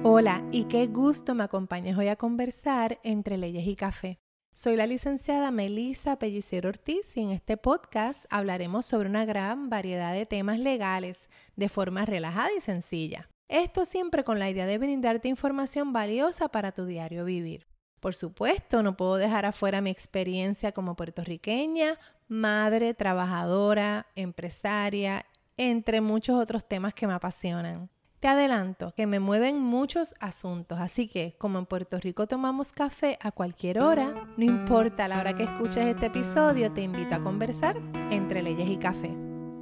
Hola y qué gusto me acompañes hoy a conversar entre leyes y café. Soy la licenciada Melissa Pellicer Ortiz y en este podcast hablaremos sobre una gran variedad de temas legales de forma relajada y sencilla. Esto siempre con la idea de brindarte información valiosa para tu diario vivir. Por supuesto, no puedo dejar afuera mi experiencia como puertorriqueña, madre, trabajadora, empresaria, entre muchos otros temas que me apasionan. Te adelanto que me mueven muchos asuntos, así que como en Puerto Rico tomamos café a cualquier hora, no importa la hora que escuches este episodio, te invito a conversar entre leyes y café.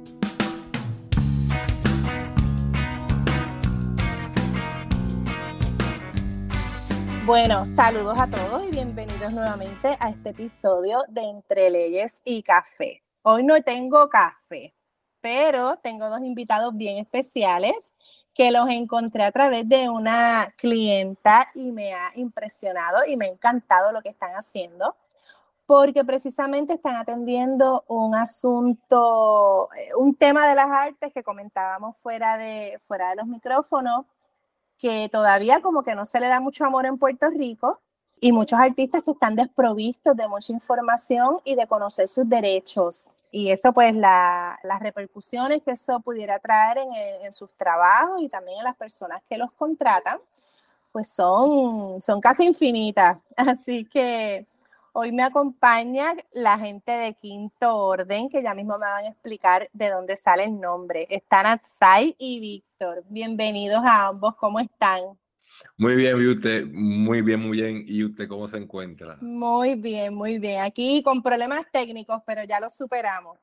Bueno, saludos a todos y bienvenidos nuevamente a este episodio de Entre Leyes y Café. Hoy no tengo café, pero tengo dos invitados bien especiales que los encontré a través de una clienta y me ha impresionado y me ha encantado lo que están haciendo, porque precisamente están atendiendo un asunto, un tema de las artes que comentábamos fuera de los micrófonos, que todavía como que no se le da mucho amor en Puerto Rico y muchos artistas que están desprovistos de mucha información y de conocer sus derechos. Y eso pues las repercusiones que eso pudiera traer en sus trabajos y también en las personas que los contratan, pues son casi infinitas. Así que hoy me acompaña la gente de Quinto Orden, que ya mismo me van a explicar de dónde sale el nombre. Están Atsai y Víctor. Bienvenidos a ambos. ¿Cómo están? Muy bien, ¿y usted? Muy bien, muy bien. ¿Y usted cómo se encuentra? Muy bien, muy bien. Aquí con problemas técnicos, pero ya los superamos.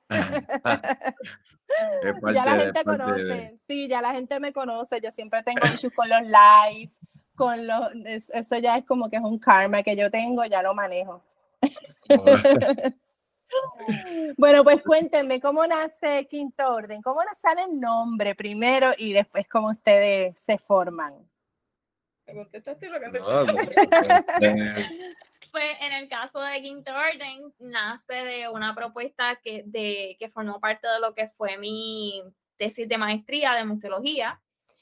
Ya la gente conoce. Sí, ya la gente me conoce. Yo siempre tengo issues con los live, eso ya es como que es un karma que yo tengo, ya lo manejo. Bueno, pues cuéntenme, ¿cómo nace Quinto Orden? ¿Cómo sale el nombre primero y después cómo ustedes se forman? ¿Me contestaste lo que te Pues en el caso de Quinto Orden, nace de una propuesta que formó parte de lo que fue mi tesis de maestría de museología,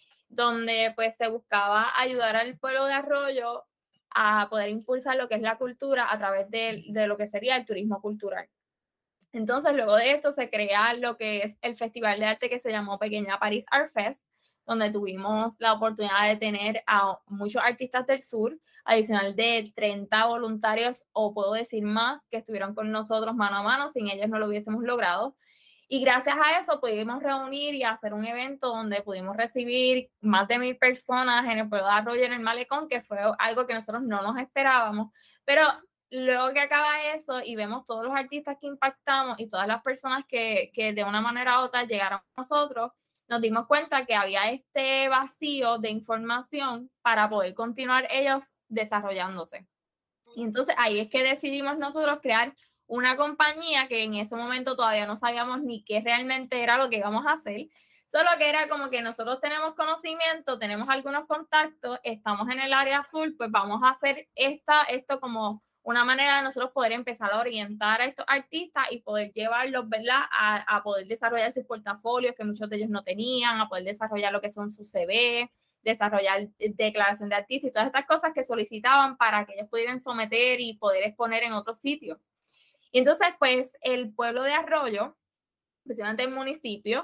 donde pues se buscaba ayudar al pueblo de Arroyo a poder impulsar lo que es la cultura a través de lo que sería el turismo cultural. Entonces, luego de esto se crea lo que es el festival de arte que se llamó Pequeña París Art Fest, donde tuvimos la oportunidad de tener a muchos artistas del sur, adicional de 30 voluntarios, o puedo decir más, que estuvieron con nosotros mano a mano, sin ellos no lo hubiésemos logrado. Y gracias a eso pudimos reunir y hacer un evento donde pudimos recibir más de 1,000 personas en el pueblo de Arroyo, en el Malecón, que fue algo que nosotros no nos esperábamos, pero luego que acaba eso y vemos todos los artistas que impactamos y todas las personas que de una manera u otra llegaron a nosotros, nos dimos cuenta que había este vacío de información para poder continuar ellos desarrollándose. Y entonces ahí es que decidimos nosotros crear una compañía que en ese momento todavía no sabíamos ni qué realmente era lo que íbamos a hacer, solo que era como que nosotros tenemos conocimiento, tenemos algunos contactos, estamos en el área azul, pues vamos a hacer esto como una manera de nosotros poder empezar a orientar a estos artistas y poder llevarlos, ¿verdad?, a poder desarrollar sus portafolios que muchos de ellos no tenían, a poder desarrollar lo que son sus CV, desarrollar declaración de artista y todas estas cosas que solicitaban para que ellos pudieran someter y poder exponer en otros sitios. Y entonces, pues, el pueblo de Arroyo, especialmente el municipio,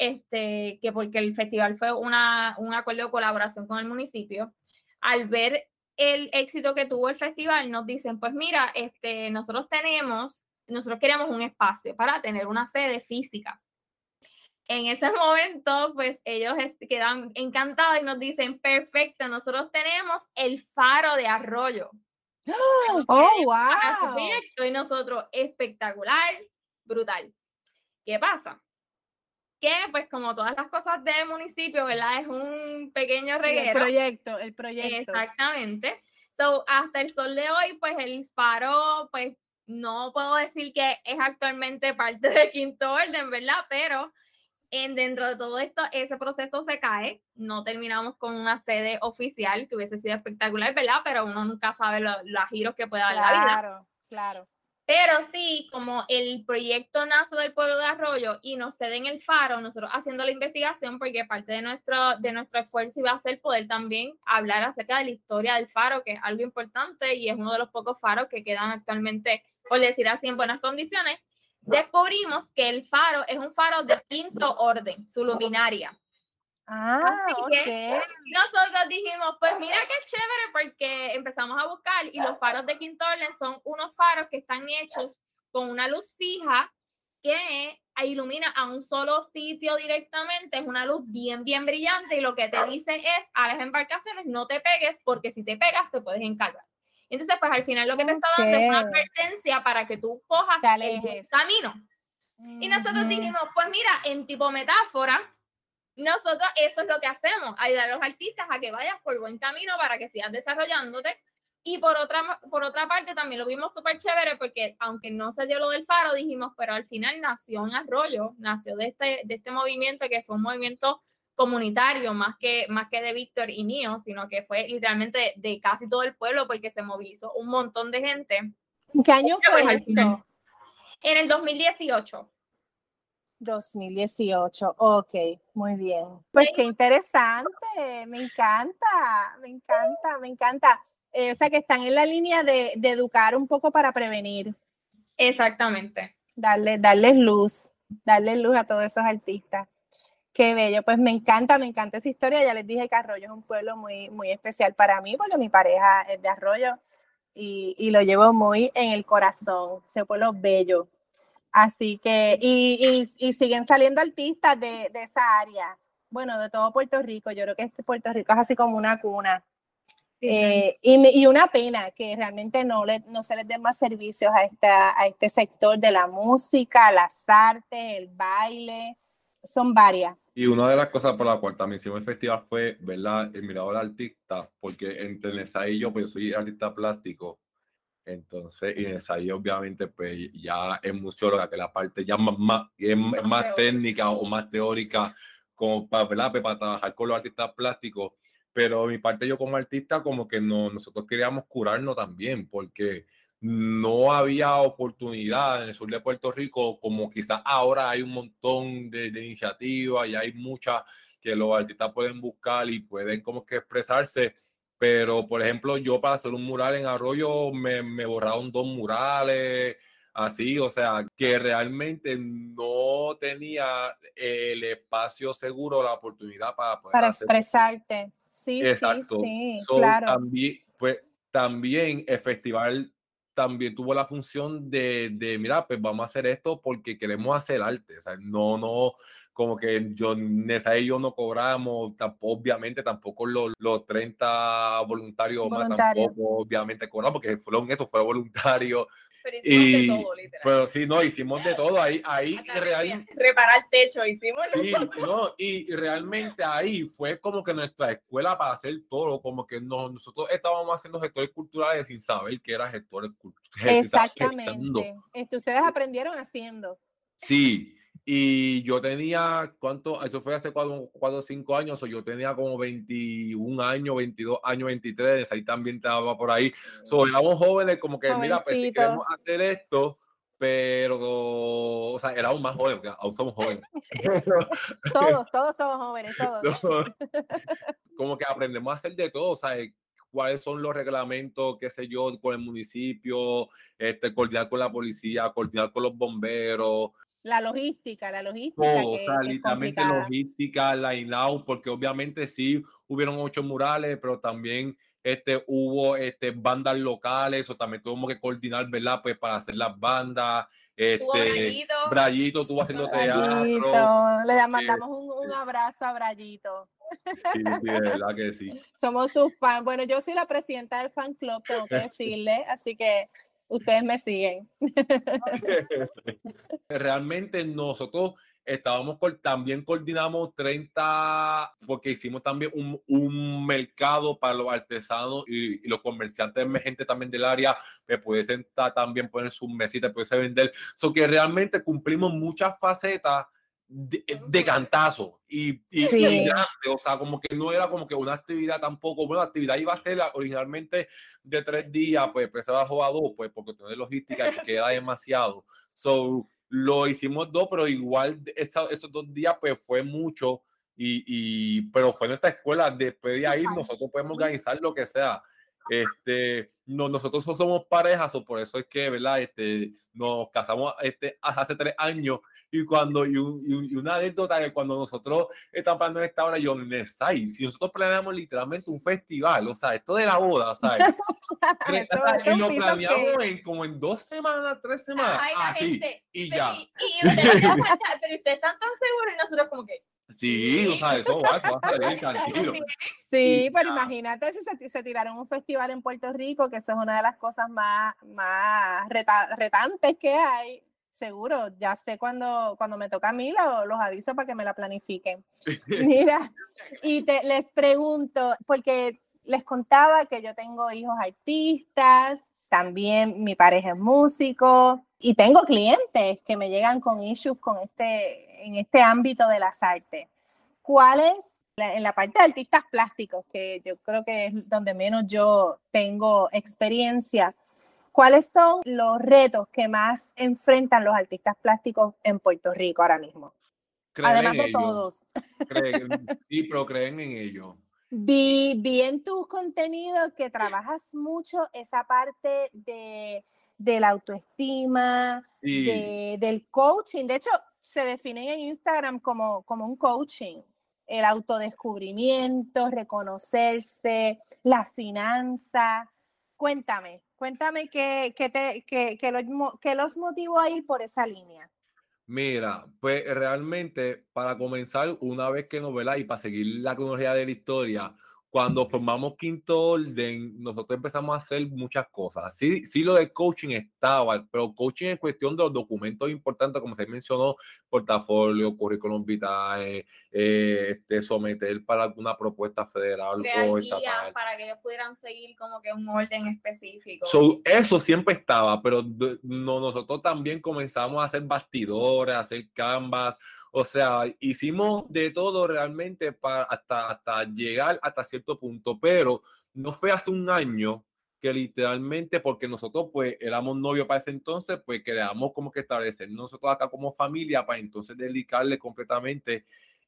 que porque el festival fue un acuerdo de colaboración con el municipio, al ver el éxito que tuvo el festival, nos dicen, pues mira, nosotros queríamos un espacio para tener una sede física. En ese momento, pues ellos quedan encantados y nos dicen, perfecto, nosotros tenemos el faro de Arroyo. ¡Oh, wow! Y nosotros, espectacular, brutal. ¿Qué pasa? Que pues como todas las cosas del municipio, ¿verdad? Es un pequeño reguero. El proyecto. Exactamente. So, hasta el sol de hoy, pues el faro, pues no puedo decir que es actualmente parte de Quinto Orden, ¿verdad? Pero dentro de todo esto, ese proceso se cae. No terminamos con una sede oficial, que hubiese sido espectacular, ¿verdad? Pero uno nunca sabe los giros que puede dar la vida. Claro. Pero sí, como el proyecto nace del pueblo de Arroyo y nos ceden el faro, nosotros haciendo la investigación, porque parte de nuestro esfuerzo iba a ser poder también hablar acerca de la historia del faro, que es algo importante y es uno de los pocos faros que quedan actualmente, por decir así, en buenas condiciones. Descubrimos que el faro es un faro de quinto orden, su luminaria. Así que nosotros dijimos, pues mira qué chévere, porque empezamos a buscar y los faros de quinto orden son unos faros que están hechos con una luz fija que ilumina a un solo sitio directamente, es una luz bien brillante y lo que te dice es a las embarcaciones no te pegues porque si te pegas te puedes encargar. Entonces pues al final lo que te está dando es una advertencia para que tú cojas el camino. Y nosotros dijimos, pues mira, en tipo metáfora, nosotros eso es lo que hacemos, ayudar a los artistas a que vayan por buen camino para que sigas desarrollándote. Y por otra parte también lo vimos súper chévere porque aunque no se dio lo del faro, dijimos, pero al final nació en Arroyo, nació de este movimiento que fue un movimiento comunitario más que de Víctor y mío, sino que fue literalmente de casi todo el pueblo porque se movilizó un montón de gente. ¿En qué año fue esto? En el 2018. 2018, ok, muy bien. Pues qué interesante, me encanta. O sea que están en la línea de educar un poco para prevenir. Exactamente. Darles luz a todos esos artistas. Qué bello, pues me encanta esa historia. Ya les dije que Arroyo es un pueblo muy, muy especial para mí porque mi pareja es de Arroyo y lo llevo muy en el corazón, ese pueblo bello. Así que, y siguen saliendo artistas de esa área, bueno, de todo Puerto Rico. Yo creo que Puerto Rico es así como una cuna. Sí. Y una pena que realmente no se les den más servicios a este sector de la música, las artes, el baile, son varias. Y una de las cosas por la cual también hicimos el festival fue, ¿verdad?, el mirador artista, porque entre Nessa y yo, pues yo soy artista plástico. Entonces, y Nessa y obviamente, pues ya es museóloga, que la parte ya es más técnica o más teórica, como para, ¿verdad?, para trabajar con los artistas plásticos. Pero mi parte, yo como artista, como que nosotros queríamos curarnos también, porque no había oportunidad en el sur de Puerto Rico, como quizás ahora hay un montón de iniciativas y hay muchas que los artistas pueden buscar y pueden como que expresarse. Pero, por ejemplo, yo para hacer un mural en Arroyo me borraron 2 murales, así, o sea, que realmente no tenía el espacio seguro, la oportunidad para poder expresarte. Sí, exacto. Sí, claro. También el festival también tuvo la función de mira, pues vamos a hacer esto porque queremos hacer arte. O sea, no, como que Nessa y yo no cobramos, obviamente tampoco los 30 voluntarios más tampoco, obviamente cobramos, porque fueron voluntarios. Pero hicimos de todo, literal. Pero sí, no, hicimos de todo. Ahí realmente reparar techo hicimos. Sí, no, y realmente ahí fue como que nuestra escuela para hacer todo, como que nosotros estábamos haciendo gestores culturales sin saber que era gestores culturales. Exactamente. Ustedes aprendieron haciendo. Sí, y yo tenía, ¿cuánto? Eso fue hace 4 o 5 años, o yo tenía como 21 años, 22 años, 23, ahí también estaba por ahí. Éramos jóvenes, como que, jovencito. Mira, pues si queremos hacer esto, pero, o sea, éramos más jóvenes, porque aún somos jóvenes. todos somos jóvenes, todos. Como que aprendemos a hacer de todo, o sea, cuáles son los reglamentos, qué sé yo, con el municipio, coordinar con la policía, coordinar con los bomberos. La logística. Todo, o sea, literalmente logística, line-out, porque obviamente sí hubieron 8 murales, pero también hubo bandas locales, o también tuvimos que coordinar, ¿verdad?, pues para hacer las bandas. Brayito estuvo haciendo teatro. Le mandamos un abrazo a Brayito. Sí, de verdad que sí. Somos sus fans. Bueno, yo soy la presidenta del fan club, tengo que decirle, así que ustedes me siguen. Realmente nosotros también coordinamos 30, porque hicimos también un mercado para los artesanos y los comerciantes emergentes también del área, que puede sentar también, poner sus mesitas, puede vender. Que realmente cumplimos muchas facetas de cantazo y grande, o sea, como que no era como que una actividad tampoco, bueno, la actividad iba a ser originalmente de 3 días, pues se bajó a 2, pues porque tiene logística y porque era demasiado, so lo hicimos 2, pero igual esos 2 días pues fue mucho pero fue nuestra escuela, después de ahí nosotros podemos organizar lo que sea. Nosotros somos parejas, o por eso es que, ¿verdad? Nos casamos hace 3 años y una anécdota que cuando nosotros estamos planeando esta hora, yo, Nesai, si nosotros planeamos literalmente un festival, o sea, esto de la boda, ¿sabes? Y lo planeamos como en 2 semanas, 3 semanas, así, y ya. Pero ustedes están tan seguros y nosotros como que... Sí, o sea, eso va a salir tranquilo. Sí, pero imagínate si se tiraron un festival en Puerto Rico, que eso es una de las cosas más retantes que hay. Seguro, ya sé cuando me toca a mí, los aviso para que me la planifiquen. Mira, y les pregunto, porque les contaba que yo tengo hijos artistas, también mi pareja es músico, y tengo clientes que me llegan con issues en este ámbito de las artes. ¿Cuáles, en la parte de artistas plásticos, que yo creo que es donde menos yo tengo experiencia, cuáles son los retos que más enfrentan los artistas plásticos en Puerto Rico ahora mismo? Además de todos. Sí, pero creen en ello. Vi en tus contenidos que trabajas mucho esa parte de la autoestima, del coaching. De hecho, se definen en Instagram como un coaching. El autodescubrimiento, reconocerse, la finanza. Cuéntame qué los motivó a ir por esa línea. Mira, pues realmente para comenzar, una vez que novela y para seguir la cronología de la historia, cuando formamos Quinto Orden, nosotros empezamos a hacer muchas cosas. Sí, lo de coaching estaba, pero coaching en cuestión de los documentos importantes, como se mencionó, portafolio, currículum vitae, someter para alguna propuesta federal o estatal. Para que ellos pudieran seguir como que un orden específico. Eso siempre estaba, pero nosotros también comenzamos a hacer bastidores, a hacer canvas. O sea, hicimos de todo realmente hasta llegar hasta cierto punto, pero no fue hace un año que literalmente, porque nosotros pues éramos novios para ese entonces, pues creamos como que establecer nosotros acá como familia para entonces dedicarle completamente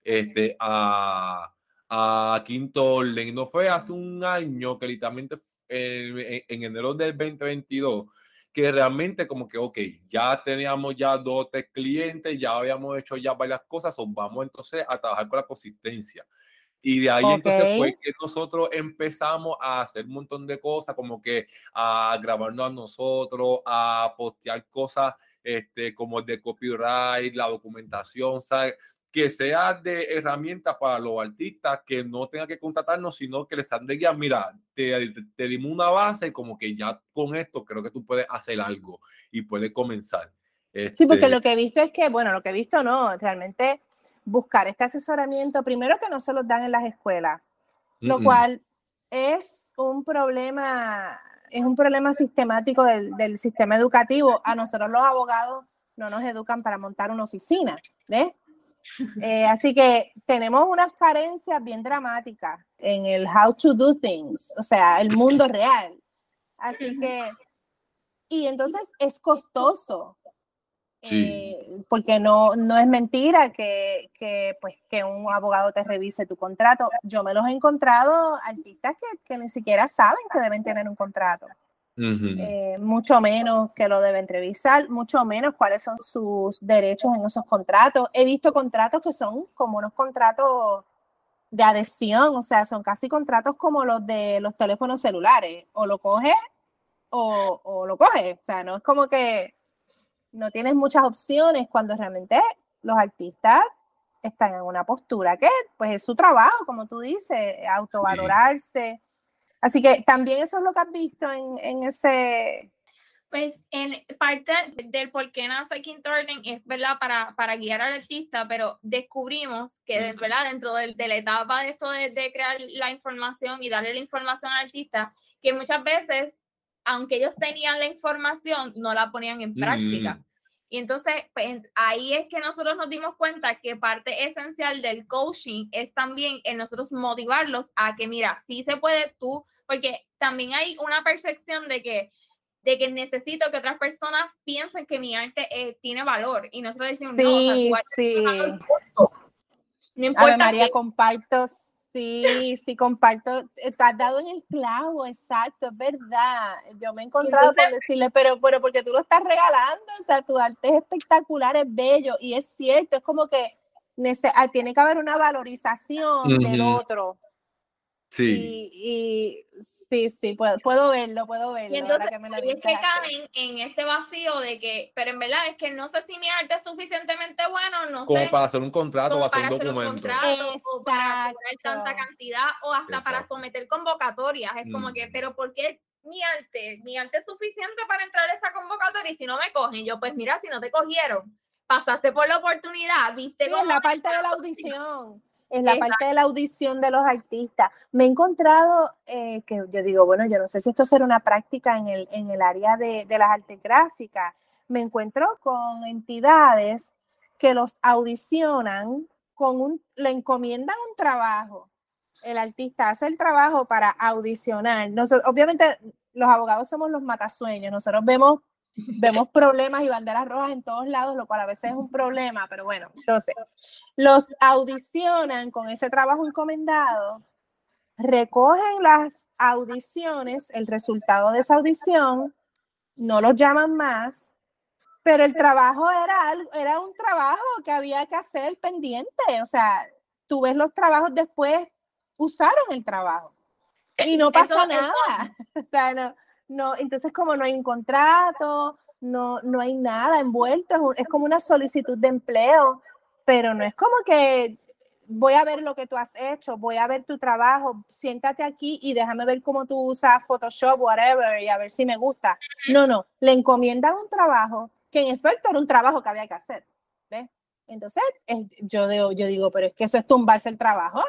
a Quinto Orden. No fue hace un año que literalmente en enero del 2022 que realmente como que, ok, ya teníamos ya 2 o 3 clientes, ya habíamos hecho ya varias cosas, vamos entonces a trabajar con la consistencia. Y de ahí entonces fue que nosotros empezamos a hacer un montón de cosas, como que a grabarnos a nosotros, a postear cosas como de copyright, la documentación, ¿sabes? Que sea de herramienta para los artistas, que no tengan que contratarnos, sino que les han de guiar, mira, te dimos una base y como que ya con esto creo que tú puedes hacer algo y puedes comenzar. Sí, porque lo que he visto es que, bueno, lo que he visto no, realmente buscar este asesoramiento, primero que no se los dan en las escuelas, lo cual es un problema sistemático del sistema educativo. A nosotros los abogados no nos educan para montar una oficina, ¿ves? Así que tenemos unas carencias bien dramáticas en el how to do things, o sea, el mundo real. Así que, y entonces es costoso. Sí. Porque no es mentira que un abogado te revise tu contrato. Yo me los he encontrado artistas que ni siquiera saben que deben tener un contrato. Mucho menos que lo deben revisar, mucho menos cuáles son sus derechos en esos contratos. He visto contratos que son como unos contratos de adhesión, o sea, son casi contratos como los de los teléfonos celulares, o lo coges o lo coges, o sea, no es como que no tienes muchas opciones cuando realmente los artistas están en una postura que pues es su trabajo, como tú dices, autovalorarse. Sí. Así que también eso es lo que has visto en ese... Pues en parte del por qué nace Quinto Orden es, ¿verdad?, para guiar al artista, pero descubrimos que, ¿verdad?, dentro de la etapa de esto de crear la información y darle la información al artista, que muchas veces, aunque ellos tenían la información, no la ponían en práctica. Y entonces, pues, ahí es que nosotros nos dimos cuenta que parte esencial del coaching es también en nosotros motivarlos a que, mira, sí se puede tú, porque también hay una percepción de que necesito que otras personas piensen que mi arte tiene valor. Y nosotros decimos, no, o sea, tu arte tiene valor, punto. No importa. Ave María, comparto. Sí, comparto. Te has dado en el clavo, exacto, es verdad. Yo me he encontrado entonces, con decirle, pero porque tú lo estás regalando, o sea, tu arte es espectacular, es bello, y es cierto, es como que tiene que haber una valorización del otro. Sí. Y sí, puedo verlo. Y entonces, ahora que me lo dices, es que caen en este vacío de que, pero en verdad es que no sé si mi arte es suficientemente bueno, no como sé. para hacer un contrato o hacer un documento. O para cobrar tanta cantidad, o hasta para someter convocatorias. Es como que, pero ¿por qué mi arte es suficiente para entrar a esa convocatoria? Y si no me cogen, yo, pues mira, si no te cogieron, pasaste por la oportunidad, viste cómo. Es la parte de la audición. Es la parte de la audición de los artistas. Me he encontrado que yo digo, bueno, yo no sé si esto será una práctica en el área de las artes gráficas. Me encuentro con entidades que los audicionan, le encomiendan un trabajo. El artista hace el trabajo para audicionar. Obviamente, los abogados somos los matasueños. Nosotros vemos problemas y banderas rojas en todos lados, lo cual a veces es un problema, pero bueno, entonces los audicionan con ese trabajo encomendado, recogen las audiciones, el resultado de esa audición, no los llaman más, pero el trabajo era un trabajo que había que hacer pendiente, o sea, tú ves los trabajos después, usaron el trabajo y no pasa nada, o sea, no, entonces como no hay un contrato, no hay nada envuelto, es como una solicitud de empleo, pero no es como que voy a ver lo que tú has hecho, voy a ver tu trabajo, siéntate aquí y déjame ver cómo tú usas Photoshop, whatever, y a ver si me gusta. No, le encomiendan un trabajo que en efecto era un trabajo que había que hacer, ¿ves? Entonces, yo digo, pero es que eso es tumbarse el trabajo.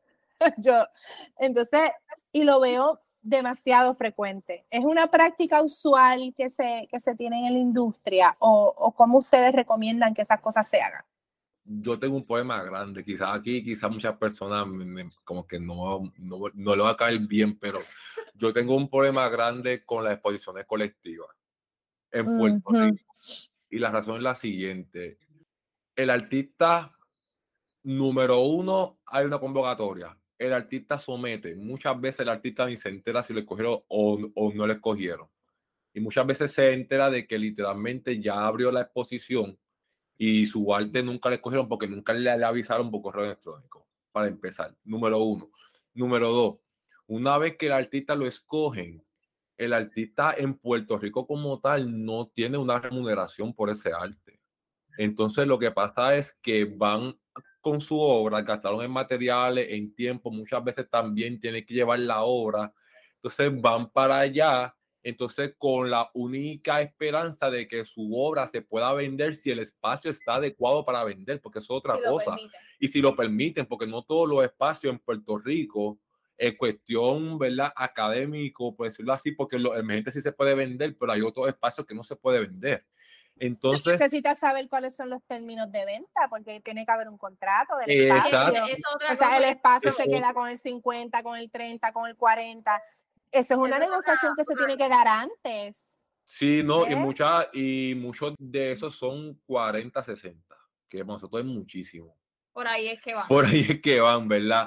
Entonces, y lo veo demasiado frecuente. ¿Es una práctica usual que se tiene en la industria o cómo ustedes recomiendan que esas cosas se hagan? Yo tengo un problema grande, quizás muchas personas como que no le va a caer bien, pero yo tengo un problema grande con las exposiciones colectivas en Puerto Rico. Y la razón es la siguiente. El artista número uno, hay una convocatoria. El artista somete. Muchas veces el artista ni se entera si lo escogieron o no lo escogieron. Y muchas veces se entera de que literalmente ya abrió la exposición y su arte nunca le escogieron porque nunca le avisaron por correo electrónico, para empezar. Número uno. Número dos, una vez que el artista lo escogen, el artista en Puerto Rico como tal no tiene una remuneración por ese arte. Entonces lo que pasa es que van con su obra, gastaron en materiales, en tiempo, muchas veces también tienen que llevar la obra. Entonces van para allá, entonces con la única esperanza de que su obra se pueda vender si el espacio está adecuado para vender, porque es otra cosa. Y si lo permiten, porque no todos los espacios en Puerto Rico, en cuestión, ¿verdad?, académico, por decirlo así, porque lo emergente sí se puede vender, pero hay otros espacios que no se puede vender. Entonces, necesitas saber cuáles son los términos de venta, porque tiene que haber un contrato del espacio. O sea, el espacio se queda con el 50, con el 30, con el 40. Eso es una negociación que se tiene que dar antes. Sí, no, y muchos de esos son 40, 60, que para nosotros es muchísimo. Por ahí es que van. Por ahí es que van, ¿verdad?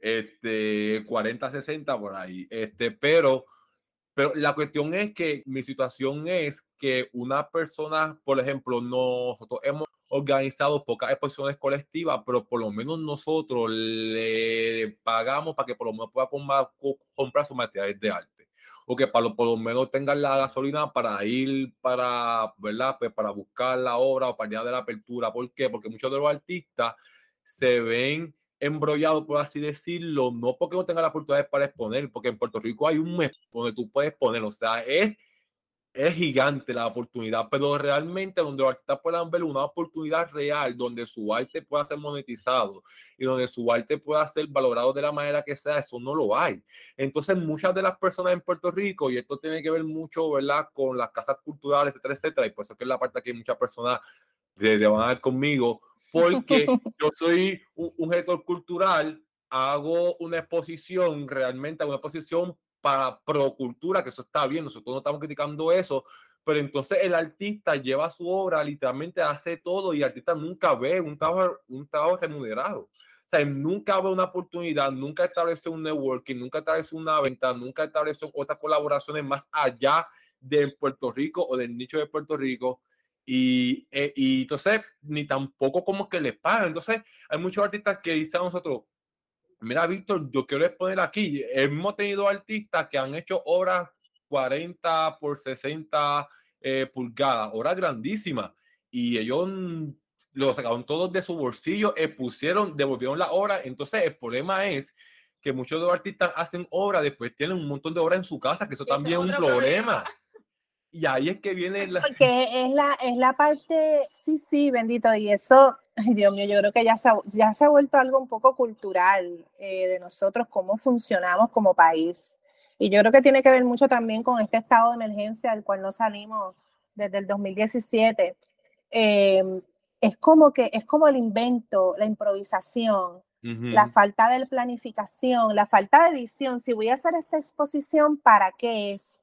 40, 60 por ahí. Pero la cuestión es que mi situación es que una persona, por ejemplo, nosotros hemos organizado pocas exposiciones colectivas, pero por lo menos nosotros le pagamos para que por lo menos pueda comprar sus materiales de arte. O que por lo menos tengan la gasolina para ir ¿verdad? Pues para buscar la obra o para allá de la apertura. ¿Por qué? Porque muchos de los artistas se ven embrollado, por así decirlo, no porque no tenga la oportunidad para exponer, porque en Puerto Rico hay un mes donde tú puedes exponer, o sea, es es gigante la oportunidad, pero realmente donde los artistas puedan ver una oportunidad real, donde su arte pueda ser monetizado y donde su arte pueda ser valorado de la manera que sea, eso no lo hay. Entonces, muchas de las personas en Puerto Rico, y esto tiene que ver mucho, ¿verdad?, con las casas culturales, etcétera, etcétera, y por eso que es la parte que muchas personas le van a dar conmigo, porque yo soy un gestor cultural, hago una exposición, realmente una exposición para procultura, que eso está bien, nosotros no estamos criticando eso, pero entonces el artista lleva su obra, literalmente hace todo y el artista nunca ve un trabajo remunerado. O sea, nunca ve una oportunidad, nunca establece un networking, nunca establece una venta, nunca establece otras colaboraciones más allá de Puerto Rico o del nicho de Puerto Rico. Y entonces ni tampoco como que les pagan. Entonces hay muchos artistas que dicen a nosotros, mira, Víctor, yo quiero exponer aquí. Hemos tenido artistas que han hecho obras 40 por 60 pulgadas, obras grandísimas, y ellos lo sacaron todos de su bolsillo, expusieron, devolvieron la obra. Entonces, el problema es que muchos de los artistas hacen obras, después tienen un montón de obras en su casa, que eso también es un problema. Y ahí es que viene la... Porque es la parte, sí, bendito, y eso, ay Dios mío, yo creo que ya se ha vuelto algo un poco cultural de nosotros, cómo funcionamos como país. Y yo creo que tiene que ver mucho también con este estado de emergencia al cual no salimos desde el 2017. Es como el invento, la improvisación, la falta de planificación, la falta de visión. Si voy a hacer esta exposición, ¿para qué es?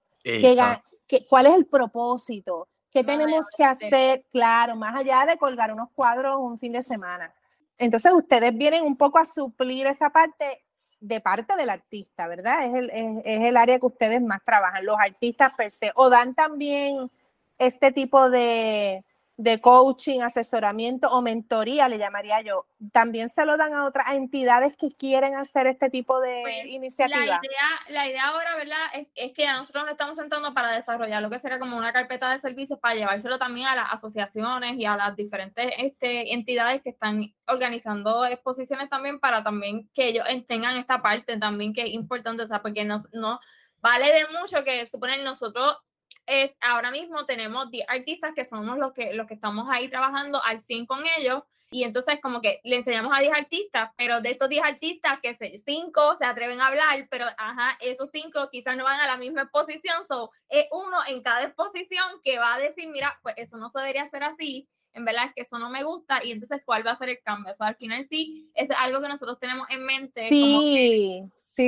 ¿Cuál es el propósito? ¿Qué tenemos que hacer? Claro, más allá de colgar unos cuadros un fin de semana. Entonces, ustedes vienen un poco a suplir esa parte del artista, ¿verdad? Es el área que ustedes más trabajan, los artistas per se. ¿O dan también este tipo de coaching, asesoramiento o mentoría, le llamaría yo? ¿También se lo dan a otras entidades que quieren hacer este tipo de iniciativa? La idea ahora, ¿verdad? Es que nosotros nos estamos sentando para desarrollar lo que sería como una carpeta de servicios para llevárselo también a las asociaciones y a las diferentes entidades que están organizando exposiciones también, para también que ellos tengan esta parte también que es importante, o sea, porque no vale de mucho que suponen nosotros. Ahora mismo tenemos 10 artistas que somos los que estamos ahí trabajando al 100 con ellos, y entonces como que le enseñamos a 10 artistas, pero de estos 10 artistas que 5 se atreven a hablar, pero esos 5 quizás no van a la misma exposición, es uno en cada exposición que va a decir, mira, pues eso no se debería hacer así, en verdad es que eso no me gusta, y entonces ¿cuál va a ser el cambio? O sea, al final sí, es algo que nosotros tenemos en mente. Sí.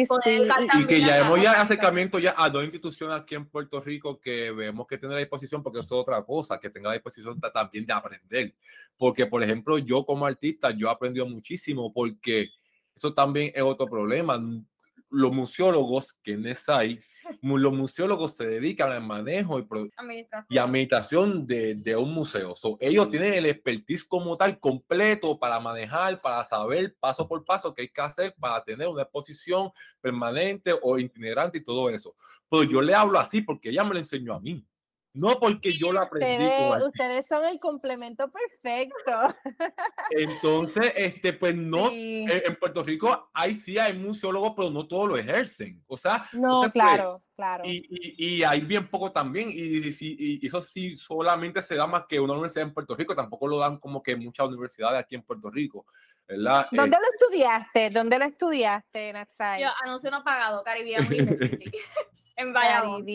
Y que ya hemos acercamiento ya a 2 instituciones aquí en Puerto Rico que vemos que tienen la disposición, porque eso es otra cosa, que tenga la disposición también de aprender. Porque, por ejemplo, yo como artista, yo he aprendido muchísimo, porque eso también es otro problema. Los museólogos que los museólogos se dedican al manejo y administración de un museo. Ellos tienen el expertise como tal completo para manejar, para saber paso por paso qué hay que hacer para tener una exposición permanente o itinerante y todo eso. Pero yo le hablo así porque ella me lo enseñó a mí. No porque yo lo aprendí. Ustedes son el complemento perfecto. Entonces, pues no, sí. En Puerto Rico hay museólogos, pero no todos lo ejercen. O sea, no, claro. Y hay bien poco también. Y eso sí solamente se da más que una universidad en Puerto Rico. Tampoco lo dan como que muchas universidades aquí en Puerto Rico, ¿verdad? ¿Dónde lo estudiaste? ¿Dónde lo estudiaste, Natsai? Yo, anuncio no pagado, Caribbean University. En Bayamón.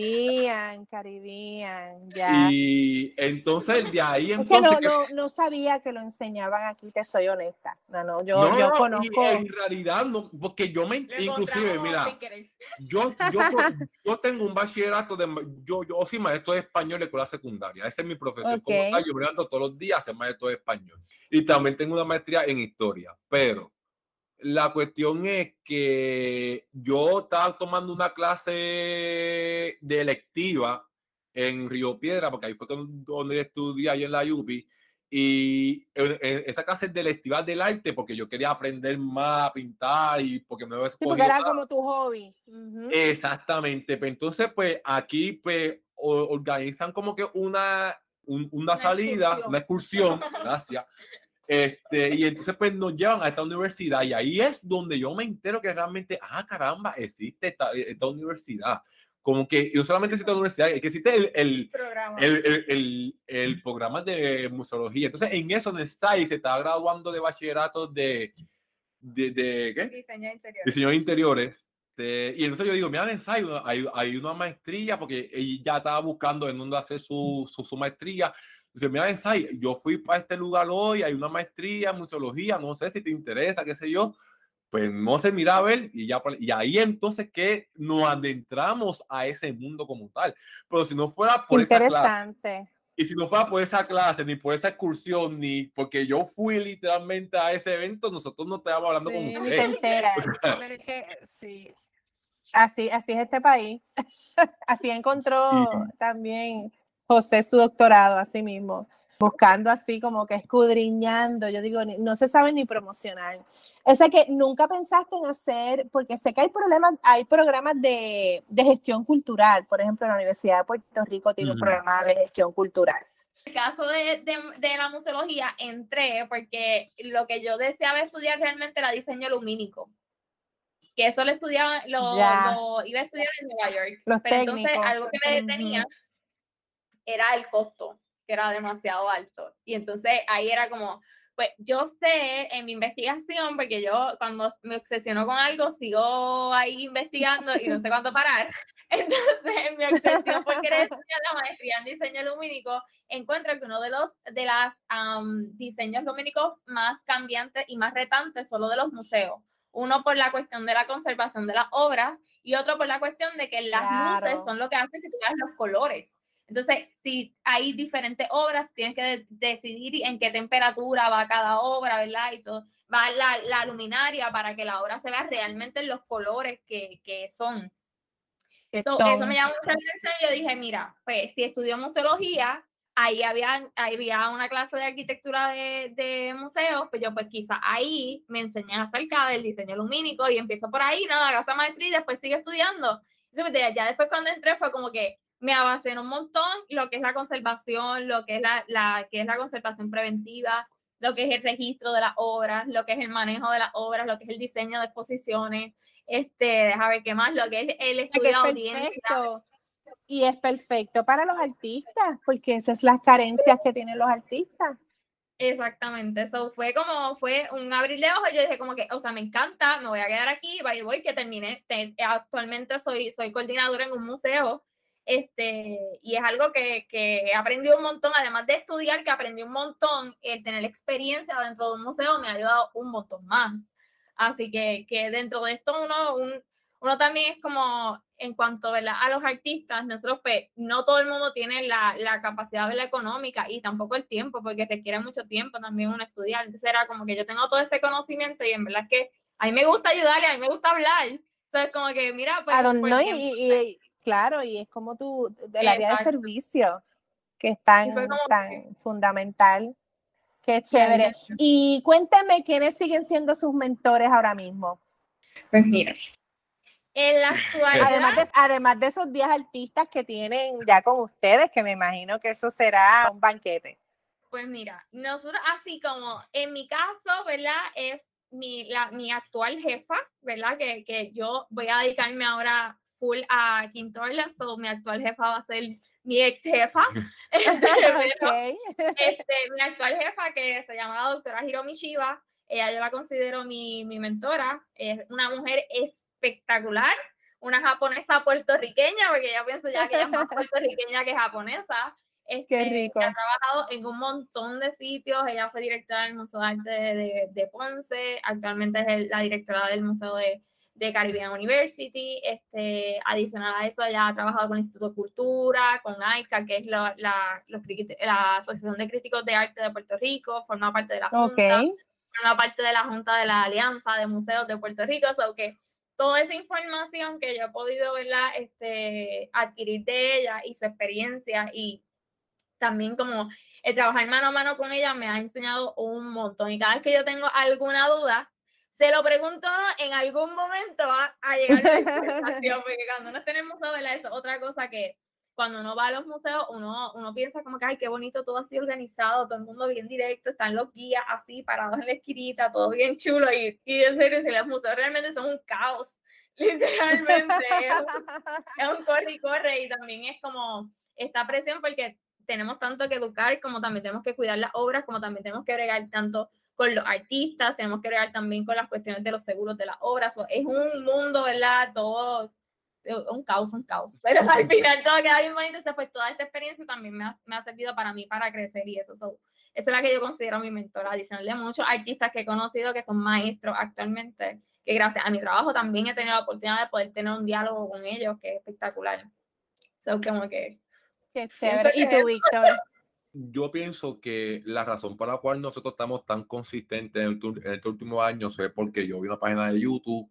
Caribbean, ya. Y entonces de ahí es que no sabía que lo enseñaban aquí, te soy honesta. Yo conozco. En realidad no, porque yo inclusive, mira, yo tengo un bachillerato yo soy maestro de español de escuela secundaria. Esa es mi profesión. Okay. Como tal, yo me levanto todos los días a ser maestro de español. Y también tengo una maestría en historia, pero la cuestión es que yo estaba tomando una clase de electiva en Río Piedra, porque ahí fue donde estudié, ahí en la UPI, y esa clase de electiva del arte, porque yo quería aprender más a pintar y porque no sí, porque era como tu hobby. Exactamente. Pues entonces, pues aquí pues organizan como que una salida, una excursión, gracias. Y entonces pues nos llevan a esta universidad, y ahí es donde yo me entero que realmente, caramba, existe esta universidad. como que no solamente existe la universidad, es que existe Programa. el programa de museología. Entonces, en eso, NESAI se está graduando de bachillerato de ¿qué? Diseño de interiores. Y entonces yo digo, mira, NESAI, hay una maestría, porque ella ya estaba buscando en dónde hacer su maestría. Dice, mira, NESAI, yo fui para este lugar hoy, hay una maestría en museología, no sé si te interesa, qué sé yo. Pues no se mira a ver y ahí entonces que nos adentramos a ese mundo como tal. Pero si no fuera por esa clase, interesante. y si no fuera por esa clase, ni por esa excursión, ni porque yo fui literalmente a ese evento, nosotros no estábamos hablando con Ni te usted. enteras. O sea, Pero es que, sí, así es este país. Así encontró también José su doctorado, así mismo, buscando así como que escudriñando. Yo digo, no se sabe ni promocionar. O sea que nunca pensaste en hacer, porque sé que hay programas de gestión cultural. Por ejemplo, la Universidad de Puerto Rico tiene un programa de gestión cultural. En el caso de la museología, entré porque lo que yo deseaba estudiar realmente era diseño lumínico. Que eso lo estudiaba, lo iba a estudiar en Nueva York. Los pero técnicos. Entonces, algo que me detenía era el costo, que era demasiado alto. Y entonces ahí era como, pues yo sé en mi investigación, porque yo cuando me obsesiono con algo, sigo ahí investigando y no sé cuándo parar. Entonces, en mi obsesión por querer estudiar la maestría en diseño lumínico, encuentro que uno de los diseños lumínicos más cambiantes y más retantes son los de los museos. Uno por la cuestión de la conservación de las obras y otro por la cuestión de que las luces son lo que hace que tú veas los colores. Entonces, si hay diferentes obras, tienes que decidir en qué temperatura va cada obra, ¿verdad? Y todo. Va la luminaria para que la obra se vea realmente en los colores que son. Eso me llamó mucha atención y yo dije, mira, pues si estudio museología, ahí había una clase de arquitectura de museos, pues yo pues quizá ahí me enseñé acerca del diseño lumínico y empiezo por ahí, nada, hago esa maestría y después sigo estudiando. Entonces, ya después cuando entré fue como que me avancé un montón lo que es la conservación, lo que es la conservación preventiva, lo que es el registro de las obras, lo que es el manejo de las obras, lo que es el diseño de exposiciones, deja ver qué más, lo que es el estudio de audiencia. Y es perfecto para los artistas, porque esas son las carencias que tienen los artistas. Exactamente, eso fue un abrir de ojos. Yo dije como que, o sea, me encanta, me voy a quedar aquí, voy que terminé, actualmente soy coordinadora en un museo, y es algo que he aprendido un montón, además de estudiar, que aprendí un montón, el tener experiencia dentro de un museo me ha ayudado un montón más. Así que dentro de esto uno también es como, en cuanto, ¿verdad?, a los artistas, nosotros pues no todo el mundo tiene la capacidad, ¿verdad?, económica y tampoco el tiempo, porque requiere mucho tiempo también uno estudiar. Entonces era como que yo tengo todo este conocimiento y en verdad es que a mí me gusta ayudarle, a mí me gusta hablar. Entonces como que mira, pues... no, claro, y es como del área de servicio, que es tan fundamental. Qué chévere. Y cuéntame, ¿quiénes siguen siendo sus mentores ahora mismo? Pues mira, en la actualidad... Además de esos 10 artistas que tienen ya con ustedes, que me imagino que eso será un banquete. Pues mira, nosotros así como en mi caso, ¿verdad? Es mi actual jefa, ¿verdad? Que yo voy a dedicarme ahora full a Quinto Orleans, so mi actual jefa va a ser mi ex jefa. Mi actual jefa, que se llama la doctora Hiromi Shiba, ella yo la considero mi mentora, es una mujer espectacular, una japonesa puertorriqueña, porque yo pienso ya que ella es más puertorriqueña que japonesa. Qué rico. Ha trabajado en un montón de sitios. Ella fue directora del Museo de Arte de Ponce, actualmente es la directora del Museo de Caribbean University. Adicional a eso, ella ha trabajado con el Instituto de Cultura, con AICA, que es la Asociación de Críticos de Arte de Puerto Rico, forma parte de la Junta, forma parte de la Junta de la Alianza de Museos de Puerto Rico, que toda esa información que yo he podido, ¿verdad?, adquirir de ella y su experiencia, y también como el trabajar mano a mano con ella me ha enseñado un montón. Y cada vez que yo tengo alguna duda, se lo pregunto, en algún momento va a llegar la información, porque cuando uno está en el museo, ¿verdad?, eso es otra cosa que cuando uno va a los museos, uno piensa como que, ay, qué bonito, todo así organizado, todo el mundo bien directo, están los guías así parados en la esquinita, todo bien chulo, y en serio, si los museos realmente son un caos. Literalmente, es un corre y corre, y también es como esta presión porque tenemos tanto que educar, como también tenemos que cuidar las obras, como también tenemos que bregar tanto con los artistas, tenemos que bregar también con las cuestiones de los seguros de las obras. Es un mundo, ¿verdad? Todo un caos, pero al final todo queda bien bonito. Entonces, pues toda esta experiencia también me ha servido para mí para crecer, y eso esa es la que yo considero mi mentora, adicional de muchos artistas que he conocido que son maestros actualmente, que gracias a mi trabajo también he tenido la oportunidad de poder tener un diálogo con ellos, que es espectacular. Como que qué chévere. ¿Y tú, Víctor? Yo pienso que la razón por la cual nosotros estamos tan consistentes en este último año es porque yo vi una página de YouTube,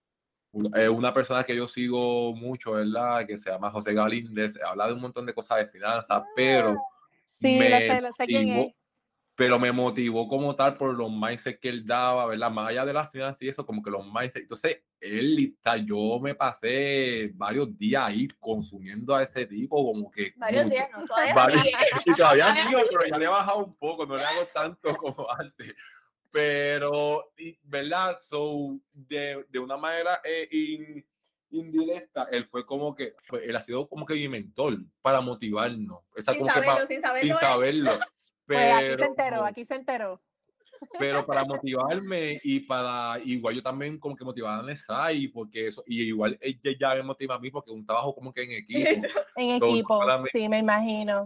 una persona que yo sigo mucho, ¿verdad? Que se llama José Galíndez, habla de un montón de cosas de finanzas, pero sí, lo sé quién es. Pero me motivó como tal por los mindsets que él daba, ¿verdad? Más allá de las finanzas y eso, como que los mindsets. Entonces, yo me pasé varios días ahí consumiendo a ese tipo, como que varios mucho. días, no, todavía y todavía sigo, pero ya le he bajado un poco, no le hago tanto como antes. Pero, ¿verdad? De una manera indirecta, él fue como que, pues, él ha sido como que mi mentor para motivarnos. Esa, sin como saberlo, que sin saberlo. Pues aquí se enteró. Pero para motivarme y para, igual yo también como que motivaba a Nesai, porque eso, y igual ella ya me motiva a mí porque es un trabajo como que en equipo. Sí, me imagino.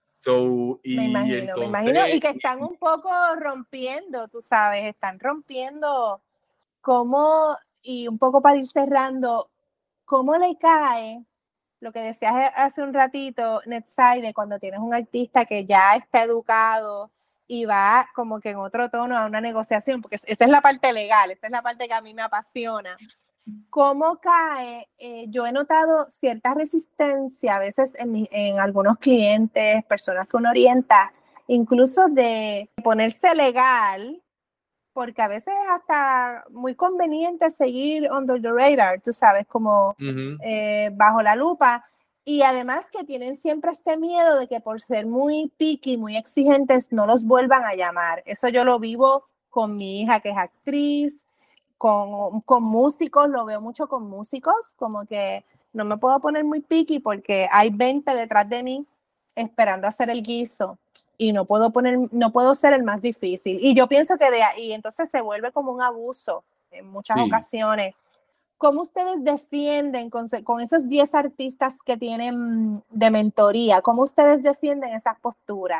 Me imagino, y que están un poco rompiendo, tú sabes, están rompiendo cómo, y un poco para ir cerrando, cómo le cae lo que decías hace un ratito, Netsai, de cuando tienes un artista que ya está educado y va como que en otro tono a una negociación, porque esa es la parte legal, esa es la parte que a mí me apasiona. ¿Cómo cae? Yo he notado cierta resistencia a veces en algunos clientes, personas que uno orienta, incluso de ponerse legal, porque a veces es hasta muy conveniente seguir under the radar, tú sabes, como bajo la lupa. Y además que tienen siempre este miedo de que por ser muy picky, muy exigentes, no los vuelvan a llamar. Eso yo lo vivo con mi hija, que es actriz, con músicos, lo veo mucho con músicos, como que no me puedo poner muy picky porque hay 20 detrás de mí esperando hacer el guiso y no puedo ser el más difícil. Y yo pienso que de ahí entonces se vuelve como un abuso en muchas ocasiones. ¿Cómo ustedes defienden con esos 10 artistas que tienen de mentoría? ¿Cómo ustedes defienden esas posturas?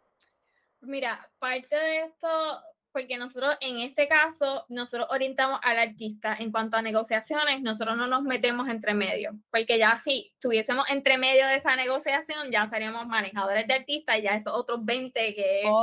Mira, parte de esto, porque nosotros en este caso, nosotros orientamos al artista en cuanto a negociaciones, nosotros no nos metemos entre medio, porque ya si estuviésemos entre medio de esa negociación, ya seríamos manejadores de artistas, ya esos otros 20 que es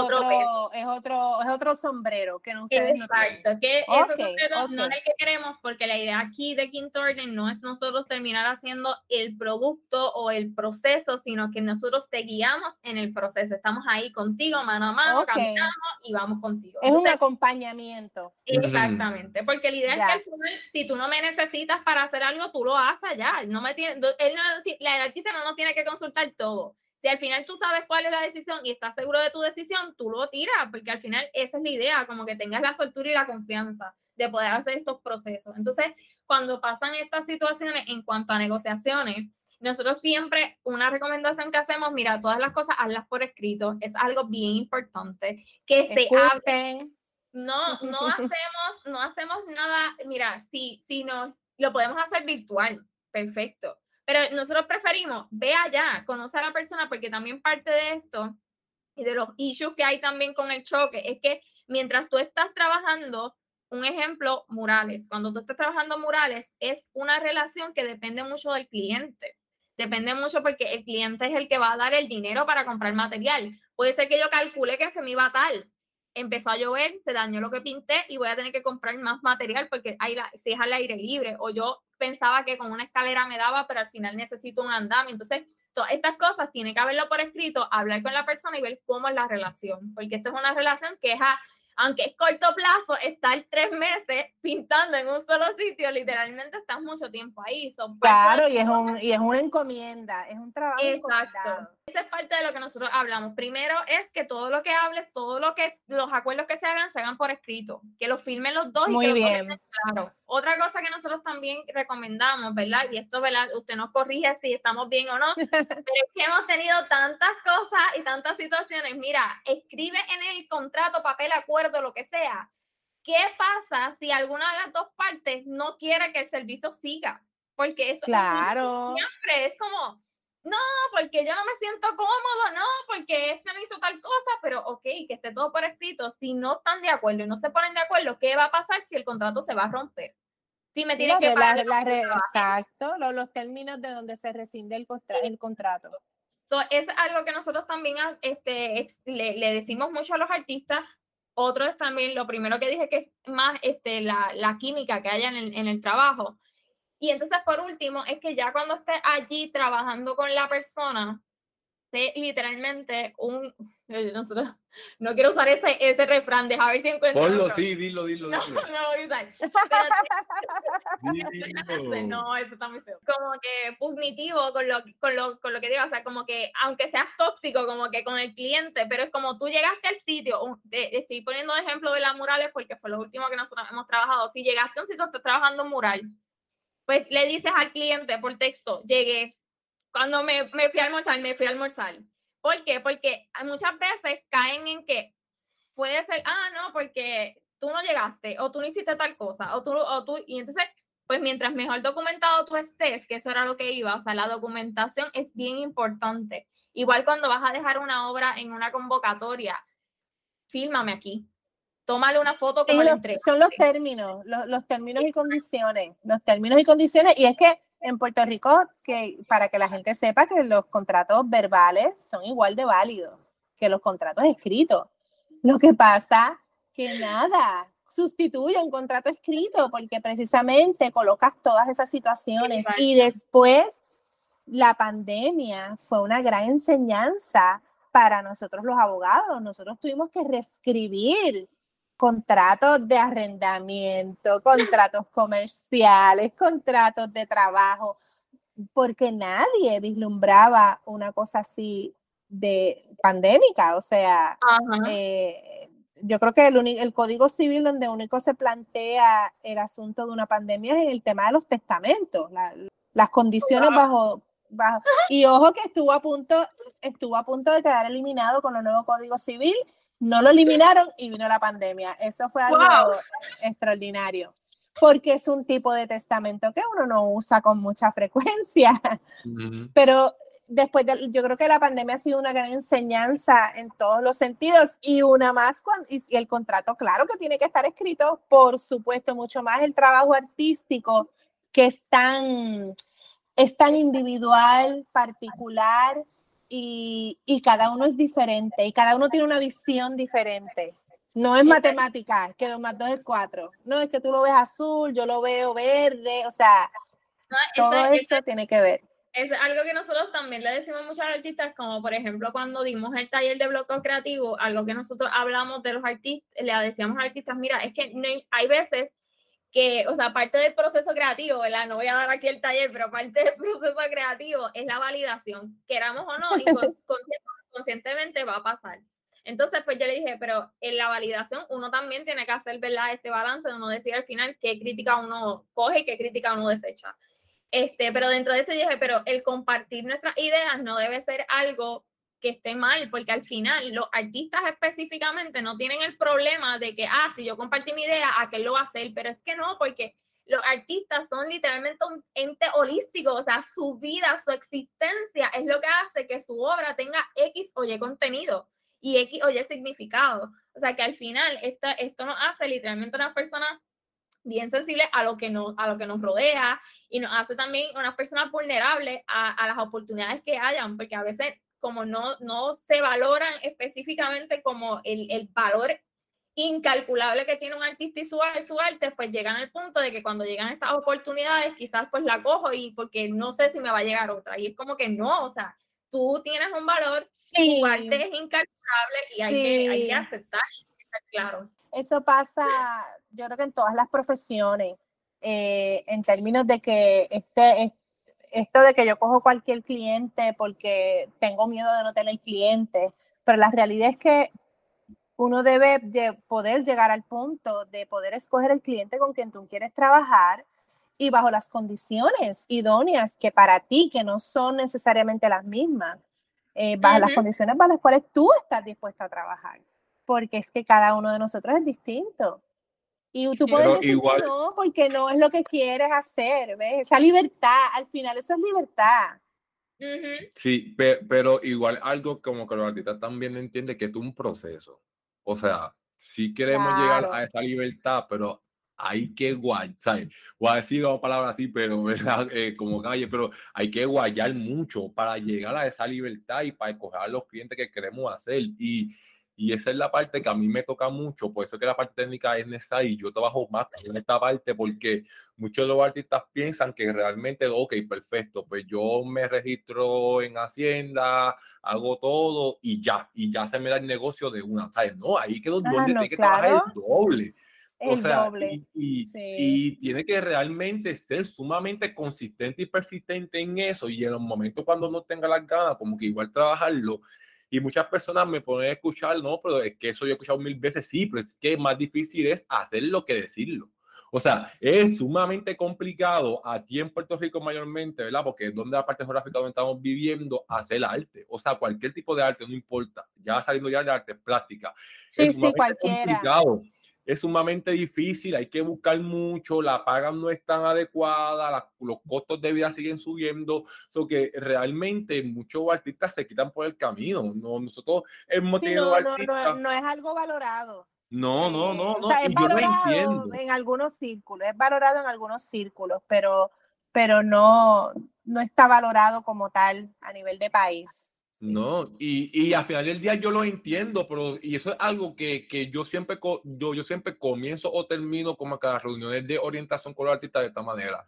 otro sombrero que no ustedes no tienen. Exacto, que ese sombrero no es el que queremos, porque la idea aquí de Quinto Orden no es nosotros terminar haciendo el producto o el proceso, sino que nosotros te guiamos en el proceso, estamos ahí contigo mano a mano, caminamos y vamos contigo. Es un acompañamiento. Exactamente, porque la idea es que al final, si tú no me necesitas para hacer algo, tú lo haces allá. El artista no nos tiene que consultar todo. Si al final tú sabes cuál es la decisión y estás seguro de tu decisión, tú lo tiras, porque al final esa es la idea, como que tengas la soltura y la confianza de poder hacer estos procesos. Entonces, cuando pasan estas situaciones en cuanto a negociaciones, nosotros siempre, una recomendación que hacemos, mira, todas las cosas hazlas por escrito, es algo bien importante, que se hable. No hacemos nada, mira, si lo podemos hacer virtual, perfecto, pero nosotros preferimos, ve allá, conoce a la persona, porque también parte de esto y de los issues que hay también con el choque, es que mientras tú estás trabajando, un ejemplo, murales, cuando tú estás trabajando murales, es una relación que depende mucho del cliente. Depende mucho porque el cliente es el que va a dar el dinero para comprar material. Puede ser que yo calcule que se me iba tal. Empezó a llover, se dañó lo que pinté y voy a tener que comprar más material porque si es al aire libre. O yo pensaba que con una escalera me daba, pero al final necesito un andamio. Entonces, todas estas cosas tiene que haberlo por escrito, hablar con la persona y ver cómo es la relación. Porque esto es una relación que es aunque es corto plazo, estar 3 meses pintando en un solo sitio, literalmente estás mucho tiempo ahí. Claro, y es una encomienda, es un trabajo encomendado. Esa es parte de lo que nosotros hablamos. Primero es que todo lo que hables, los acuerdos que se hagan por escrito, que los firmen los dos. Muy y que bien. los dos estén claros. Otra cosa que nosotros también recomendamos, ¿verdad? Y esto, ¿verdad? Usted nos corrige si estamos bien o no, pero es que hemos tenido tantas cosas y tantas situaciones. Mira, escribe en el contrato, papel, acuerdo, lo que sea. ¿Qué pasa si alguna de las dos partes no quiere que el servicio siga? Porque eso claro. siempre es como, no, porque yo no me siento cómodo, no, porque este no hizo tal cosa, pero ok, que esté todo por escrito. Si no están de acuerdo y no se ponen de acuerdo, ¿qué va a pasar si el contrato se va a romper? Si me tienes que pagar exacto, los términos de donde se rescinde el contrato. Entonces, es algo que nosotros también le decimos mucho a los artistas. Otro es también, lo primero que dije, que es más la química que haya en el trabajo. Y entonces, por último, es que ya cuando estés allí trabajando con la persona, literalmente nosotros, no quiero usar ese refrán, deja ver si encuentro. Ponlo, sí, dilo. No voy a usar. No, eso está muy feo. Como que pugnitivo con lo que digo, o sea, como que aunque seas tóxico, como que con el cliente, pero es como tú llegaste al sitio, estoy poniendo de ejemplo de las murales porque fue lo último que nosotros hemos trabajado. Si llegaste a un sitio, estás trabajando en mural, pues le dices al cliente por texto, llegué. Cuando me fui a almorzar. ¿Por qué? Porque muchas veces caen en que puede ser, no, porque tú no llegaste, o tú no hiciste tal cosa, o tú, y entonces, pues mientras mejor documentado tú estés, que eso era lo que iba, o sea, la documentación es bien importante. Igual cuando vas a dejar una obra en una convocatoria, fírmame aquí. Tómale una foto como la entrega. Son los términos y condiciones. Los términos y condiciones. Y es que en Puerto Rico, para que la gente sepa que los contratos verbales son igual de válidos que los contratos escritos. Lo que pasa que nada sustituye un contrato escrito porque precisamente colocas todas esas situaciones. Y después la pandemia fue una gran enseñanza para nosotros los abogados. Nosotros tuvimos que reescribir contratos de arrendamiento, contratos comerciales, contratos de trabajo, porque nadie vislumbraba una cosa así de pandémica. O sea, yo creo que el Código Civil donde único se plantea el asunto de una pandemia es en el tema de los testamentos, las condiciones bajo. Y ojo que estuvo a punto de quedar eliminado con el nuevo Código Civil. No lo eliminaron y vino la pandemia. Eso fue algo extraordinario, porque es un tipo de testamento que uno no usa con mucha frecuencia. Pero después yo creo que la pandemia ha sido una gran enseñanza en todos los sentidos, y una más y el contrato, claro que tiene que estar escrito, por supuesto, mucho más el trabajo artístico, que es tan individual, particular, y cada uno es diferente, y cada uno tiene una visión diferente. No es matemática, que 2 más 2 es 4. No, es que tú lo ves azul, yo lo veo verde, o sea, todo eso tiene que ver. Es algo que nosotros también le decimos mucho a los artistas, como por ejemplo cuando dimos el taller de bloqueo creativo, algo que nosotros hablamos de los artistas, le decíamos a los artistas, mira, es que hay veces que, o sea, parte del proceso creativo, ¿verdad? No voy a dar aquí el taller, pero parte del proceso creativo es la validación, queramos o no, y conscientemente va a pasar. Entonces, pues yo le dije, pero en la validación uno también tiene que hacer, ¿verdad? Este balance de uno decir al final qué crítica uno coge y qué crítica uno desecha. Pero dentro de esto dije, pero el compartir nuestras ideas no debe ser algo que esté mal, porque al final los artistas específicamente no tienen el problema de que, si yo compartí mi idea, aquel lo va a hacer, pero es que no, porque los artistas son literalmente un ente holístico, o sea, su vida, su existencia es lo que hace que su obra tenga X o Y contenido y X o Y significado. O sea, que al final esto nos hace literalmente unas personas bien sensibles a lo que nos rodea, y nos hace también unas personas vulnerables a las oportunidades que hayan, porque a veces como no se valoran específicamente como el valor incalculable que tiene un artista y su arte, pues llegan al punto de que cuando llegan estas oportunidades quizás pues la cojo y porque no sé si me va a llegar otra, y es como que no, o sea, tú tienes un valor, tu arte es incalculable y hay que aceptar y estar claro. Eso pasa, yo creo que en todas las profesiones, en términos de que esto de que yo cojo cualquier cliente porque tengo miedo de no tener clientes, pero la realidad es que uno debe de poder llegar al punto de poder escoger el cliente con quien tú quieres trabajar y bajo las condiciones idóneas que para ti, que no son necesariamente las mismas, bajo las condiciones bajo las cuales tú estás dispuesta a trabajar, porque es que cada uno de nosotros es distinto. Y tú puedes decir igual, que no, porque no es lo que quieres hacer, ¿ves? Esa libertad, al final eso es libertad. Sí, pero igual algo como que los artistas también entienden que es un proceso. O sea, sí queremos llegar a esa libertad, pero hay que guayar, ¿sabes? Voy a decir una palabra así, pero como calle, pero hay que guayar mucho para llegar a esa libertad y para escoger a los clientes que queremos hacer. Y esa es la parte que a mí me toca mucho, por eso que la parte técnica es necesaria y yo trabajo más en esta parte porque muchos de los artistas piensan que realmente, ok, perfecto, pues yo me registro en Hacienda, hago todo y ya se me da el negocio de una, ¿sabes? No, ahí quedó donde tiene que trabajar el doble. O sea, y tiene que realmente ser sumamente consistente y persistente en eso y en los momentos cuando no tenga las ganas, como que igual trabajarlo. Y muchas personas me ponen a escuchar, no, pero es que eso yo he escuchado 1000 veces, sí, pero es que más difícil es hacerlo que decirlo. O sea, es sumamente complicado aquí en Puerto Rico mayormente, ¿verdad? Porque es donde la parte geográfica donde estamos viviendo, hacer arte. O sea, cualquier tipo de arte, no importa. Ya saliendo ya de arte plástica. Sí, es sumamente complicado. Es sumamente difícil, hay que buscar mucho, la paga no es tan adecuada, los costos de vida siguen subiendo, so que realmente muchos artistas se quitan por el camino. No, nosotros hemos tenido artistas... No es algo valorado. No. O sea, es valorado en algunos círculos, pero no está valorado como tal a nivel de país. Sí. No, y al final del día yo lo entiendo, pero y eso es algo que yo siempre comienzo o termino como que las reuniones de orientación con los artistas de esta manera.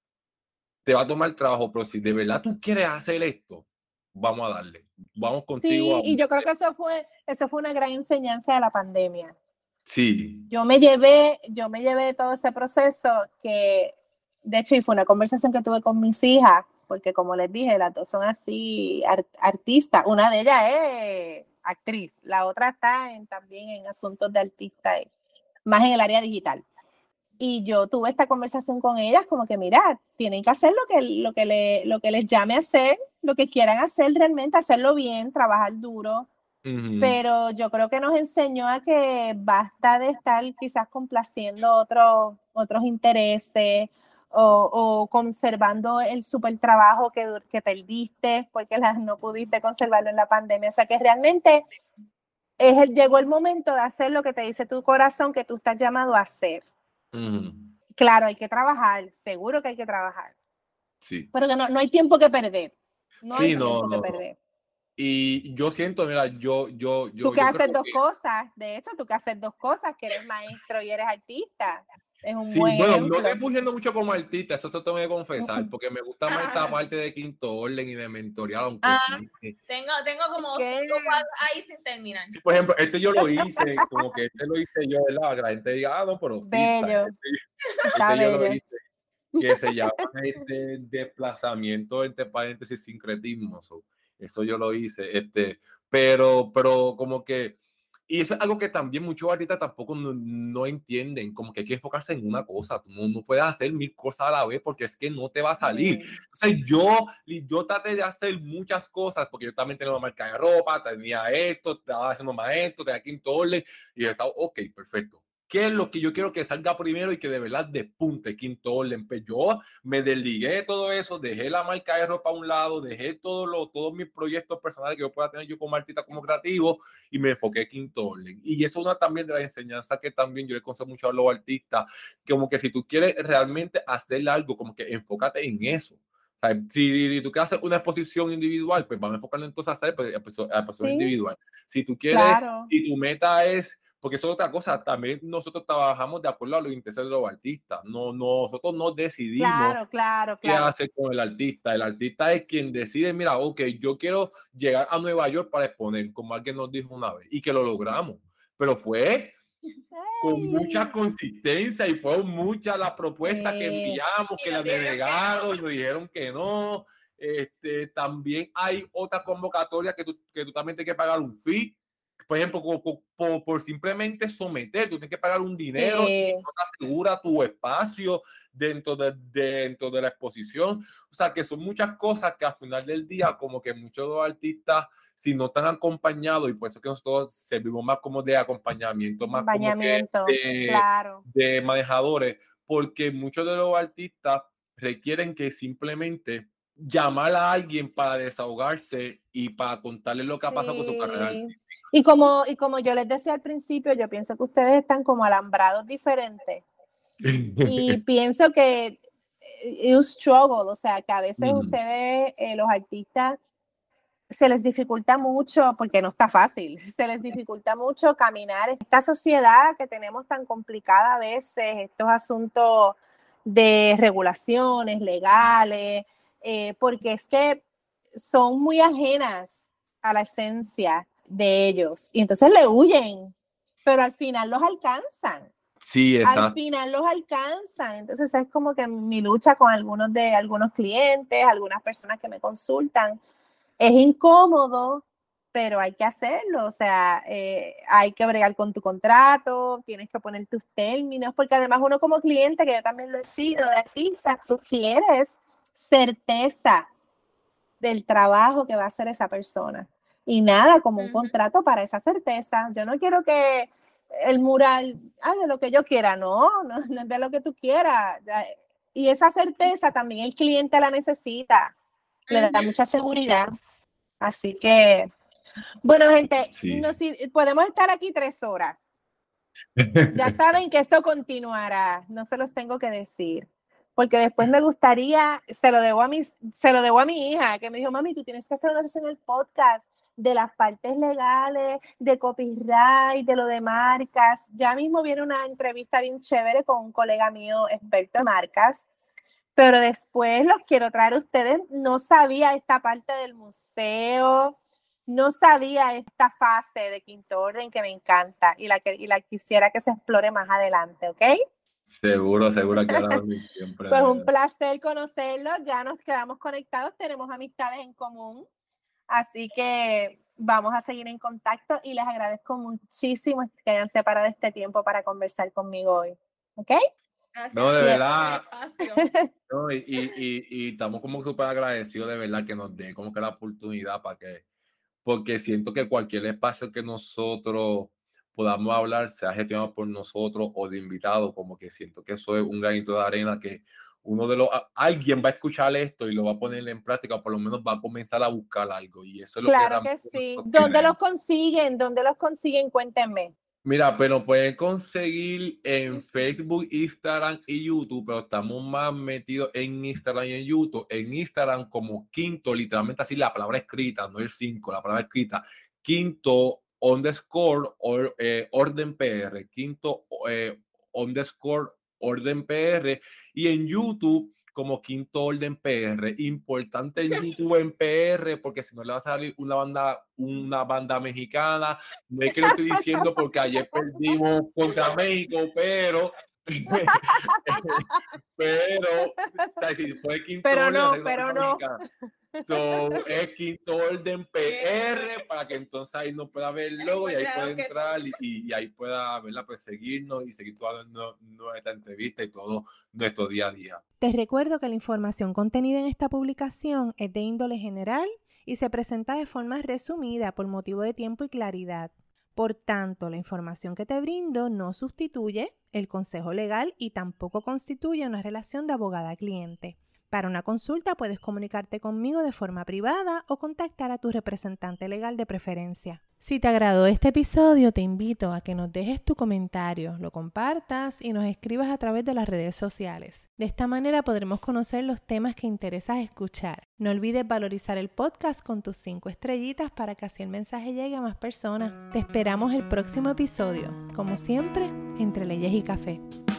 Te va a tomar trabajo, pero si de verdad tú quieres hacer esto, vamos a darle. Vamos contigo. Sí, y yo creo que eso fue una gran enseñanza de la pandemia. Sí. Yo me llevé todo ese proceso que, de hecho, y fue una conversación que tuve con mis hijas, porque como les dije, las dos son así artistas. Una de ellas es actriz, la otra está también en asuntos de artista, más en el área digital. Y yo tuve esta conversación con ellas como que, mira, tienen que hacer lo que les llame a hacer, lo que quieran hacer realmente, hacerlo bien, trabajar duro. Pero yo creo que nos enseñó a que basta de estar quizás complaciendo otros intereses o conservando el súper trabajo que perdiste porque no pudiste conservarlo en la pandemia. O sea que realmente llegó el momento de hacer lo que te dice tu corazón que tú estás llamado a hacer. Claro, hay que trabajar, seguro que hay que trabajar. Sí. Pero que no hay tiempo que perder. No hay tiempo que perder. Y yo siento, mira, tú que haces dos cosas, de hecho, tú que haces dos cosas, que eres maestro y eres artista. Es un buen ejemplo. No estoy pusiendo mucho como artista, eso tengo que confesar, porque me gusta más esta parte de quinto orden y de mentorear, aunque tengo como 5 cuadros ahí sin terminar. Sí, por ejemplo, yo lo hice, como que lo hice yo, ¿verdad? Que la gente diga, no, pero sí, bello. Yo lo hice, que se llama desplazamiento entre paréntesis sincretismo. Eso yo lo hice, pero como que, y eso es algo que también muchos artistas tampoco no entienden, como que hay que enfocarse en una cosa, tú no puedes hacer 1000 cosas a la vez porque es que no te va a salir. Entonces yo traté de hacer muchas cosas porque yo también tenía una marca de ropa, tenía esto, estaba haciendo más esto, tenía quinto orden, y yo estaba, ok, perfecto. ¿Qué es lo que yo quiero que salga primero y que de verdad despunte quinto orden? Pues yo me desligué de todo eso, dejé la marca de ropa a un lado, dejé todos mis proyectos personales que yo pueda tener yo como artista, como creativo, y me enfoqué en quinto orden. Y eso es una también de la enseñanza que también yo le consejo mucho a los artistas, como que si tú quieres realmente hacer algo, como que enfócate en eso. O sea, si tú quieres hacer una exposición individual, pues vamos a enfocarnos entonces a hacer a persona individual. Si tú quieres, y tu meta es, porque eso es otra cosa, también nosotros trabajamos de acuerdo a los intereses de los artistas. Nosotros no decidimos qué hacer con el artista. El artista es quien decide, mira, ok, yo quiero llegar a Nueva York para exponer, como alguien nos dijo una vez, y que lo logramos. Pero fue con mucha consistencia y fueron muchas las propuestas que enviamos, que las denegaron y nos dijeron que no. También hay otra convocatoria que tú también tienes que pagar un fee. Por ejemplo, por simplemente someter, tú tienes que pagar un dinero y no te asegura tu espacio dentro de la exposición. O sea, que son muchas cosas que al final del día, como que muchos de los artistas, si no están acompañados, y por eso que nosotros servimos más como de acompañamiento, más como que claro, de manejadores, porque muchos de los artistas requieren que simplemente llamar a alguien para desahogarse y para contarle lo que ha pasado con su carrera artística. Y como yo les decía al principio, yo pienso que ustedes están como alambrados diferentes. Y pienso que you struggle, o sea, que a veces ustedes, los artistas, se les dificulta mucho, porque no está fácil, se les dificulta mucho caminar esta sociedad que tenemos tan complicada a veces, estos asuntos de regulaciones legales, porque es que son muy ajenas a la esencia de ellos y entonces le huyen, pero al final los alcanzan. Sí, exacto. Al final los alcanzan. Entonces es como que mi lucha con algunos clientes, algunas personas que me consultan. Es incómodo, pero hay que hacerlo. O sea, hay que bregar con tu contrato, tienes que poner tus términos, porque además uno como cliente, que yo también lo he sido de artista, tú quieres certeza del trabajo que va a hacer esa persona. Y nada, como un contrato para esa certeza. Yo no quiero que el mural, de lo que yo quiera, no es de lo que tú quieras. Y esa certeza también el cliente la necesita, le da mucha seguridad. Así que, bueno, gente, podemos estar aquí 3 horas. Ya saben que esto continuará, no se los tengo que decir, porque después me gustaría, se lo debo a mi hija, que me dijo, mami, tú tienes que hacer una sesión en el podcast de las partes legales, de copyright, de lo de marcas. Ya mismo viene una entrevista bien chévere con un colega mío experto en marcas, pero después los quiero traer a ustedes. No sabía esta parte del museo, no sabía esta fase de Quinto Orden que me encanta y la quisiera que se explore más adelante, ¿ok? Seguro que ahora siempre. Pues un placer conocerlos, ya nos quedamos conectados, tenemos amistades en común, así que vamos a seguir en contacto y les agradezco muchísimo que hayan separado este tiempo para conversar conmigo hoy, ¿ok? No, de verdad. No, y estamos como súper agradecidos de verdad que nos den como que la oportunidad porque siento que cualquier espacio que nosotros podamos hablar, sea gestionado por nosotros o de invitados, como que siento que eso es un granito de arena que alguien va a escuchar esto y lo va a poner en práctica, o por lo menos va a comenzar a buscar algo. Y eso es lo claro que sí. ¿Dónde los consiguen? Cuéntenme. Mira, pero pueden conseguir en Facebook, Instagram y YouTube, pero estamos más metidos en Instagram y en YouTube. En Instagram como Quinto, literalmente así la palabra escrita, no el 5, la palabra escrita, Quinto _Orden PR, Quinto _Orden PR, y en YouTube como Quinto Orden PR. Importante en YouTube en PR, porque si no le va a salir una banda mexicana. No es que lo estoy diciendo porque ayer perdimos contra México, pero o sea, si fue Quinto Orden, pero no. Es Quinto Orden PR, para que entonces ahí no pueda ver el logo y ahí puede entrar y ahí pueda, ¿verdad? Pues seguirnos y seguir toda nuestra entrevista y todo nuestro día a día. Te recuerdo que la información contenida en esta publicación es de índole general y se presenta de forma resumida por motivo de tiempo y claridad. Por tanto, la información que te brindo no sustituye el consejo legal y tampoco constituye una relación de abogada-cliente. Para una consulta puedes comunicarte conmigo de forma privada o contactar a tu representante legal de preferencia. Si te agradó este episodio, te invito a que nos dejes tu comentario, lo compartas y nos escribas a través de las redes sociales. De esta manera podremos conocer los temas que interesas escuchar. No olvides valorizar el podcast con tus 5 estrellitas para que así el mensaje llegue a más personas. Te esperamos el próximo episodio, como siempre, entre leyes y café.